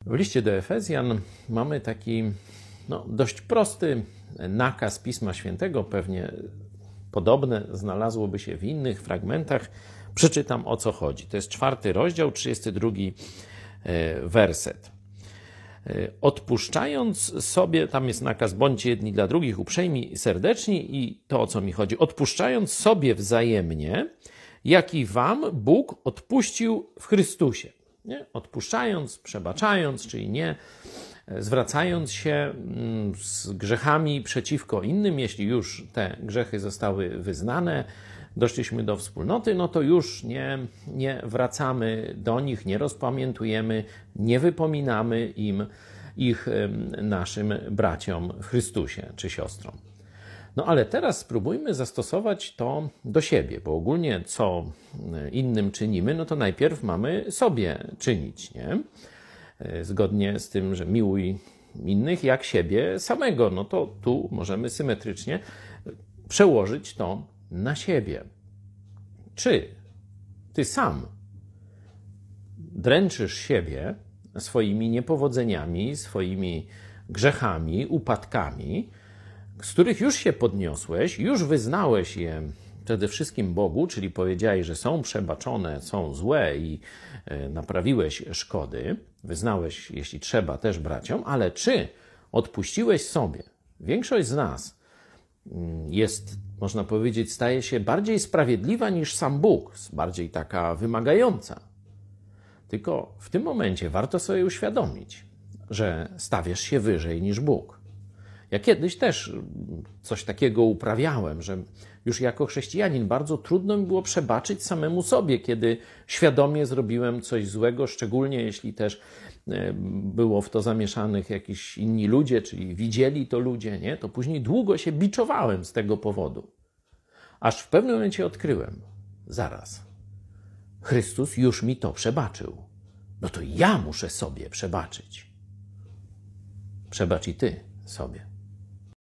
W liście do Efezjan mamy taki dość prosty nakaz Pisma Świętego, pewnie podobne znalazłoby się w innych fragmentach. Przeczytam, o co chodzi. To jest 4 rozdział, 32 werset. Odpuszczając sobie, tam jest nakaz, bądźcie jedni dla drugich uprzejmi, serdeczni i to, o co mi chodzi, odpuszczając sobie wzajemnie, jak i wam Bóg odpuścił w Chrystusie. Nie? Odpuszczając, przebaczając, czyli nie zwracając się z grzechami przeciwko innym, jeśli już te grzechy zostały wyznane, doszliśmy do wspólnoty, no to już nie wracamy do nich, nie rozpamiętujemy, nie wypominamy ich naszym braciom w Chrystusie czy siostrom. No ale teraz spróbujmy zastosować to do siebie, bo ogólnie co innym czynimy, no to najpierw mamy sobie czynić, nie? Zgodnie z tym, że miłuj innych jak siebie samego, no to tu możemy symetrycznie przełożyć to na siebie. Czy ty sam dręczysz siebie swoimi niepowodzeniami, swoimi grzechami, upadkami, z których już się podniosłeś, już wyznałeś je przede wszystkim Bogu, czyli powiedziałeś, że są przebaczone, są złe i naprawiłeś szkody, wyznałeś, jeśli trzeba, też braciom, ale czy odpuściłeś sobie? Większość z nas jest, można powiedzieć, staje się bardziej sprawiedliwa niż sam Bóg, bardziej taka wymagająca. Tylko w tym momencie warto sobie uświadomić, że stawiasz się wyżej niż Bóg. Ja kiedyś też coś takiego uprawiałem, że już jako chrześcijanin bardzo trudno mi było przebaczyć samemu sobie, kiedy świadomie zrobiłem coś złego, szczególnie jeśli też było w to zamieszanych jakiś inni ludzie, czyli widzieli to ludzie, nie? To później długo się biczowałem z tego powodu. Aż w pewnym momencie odkryłem, zaraz, Chrystus już mi to przebaczył. No to ja muszę sobie przebaczyć. Przebacz i ty sobie.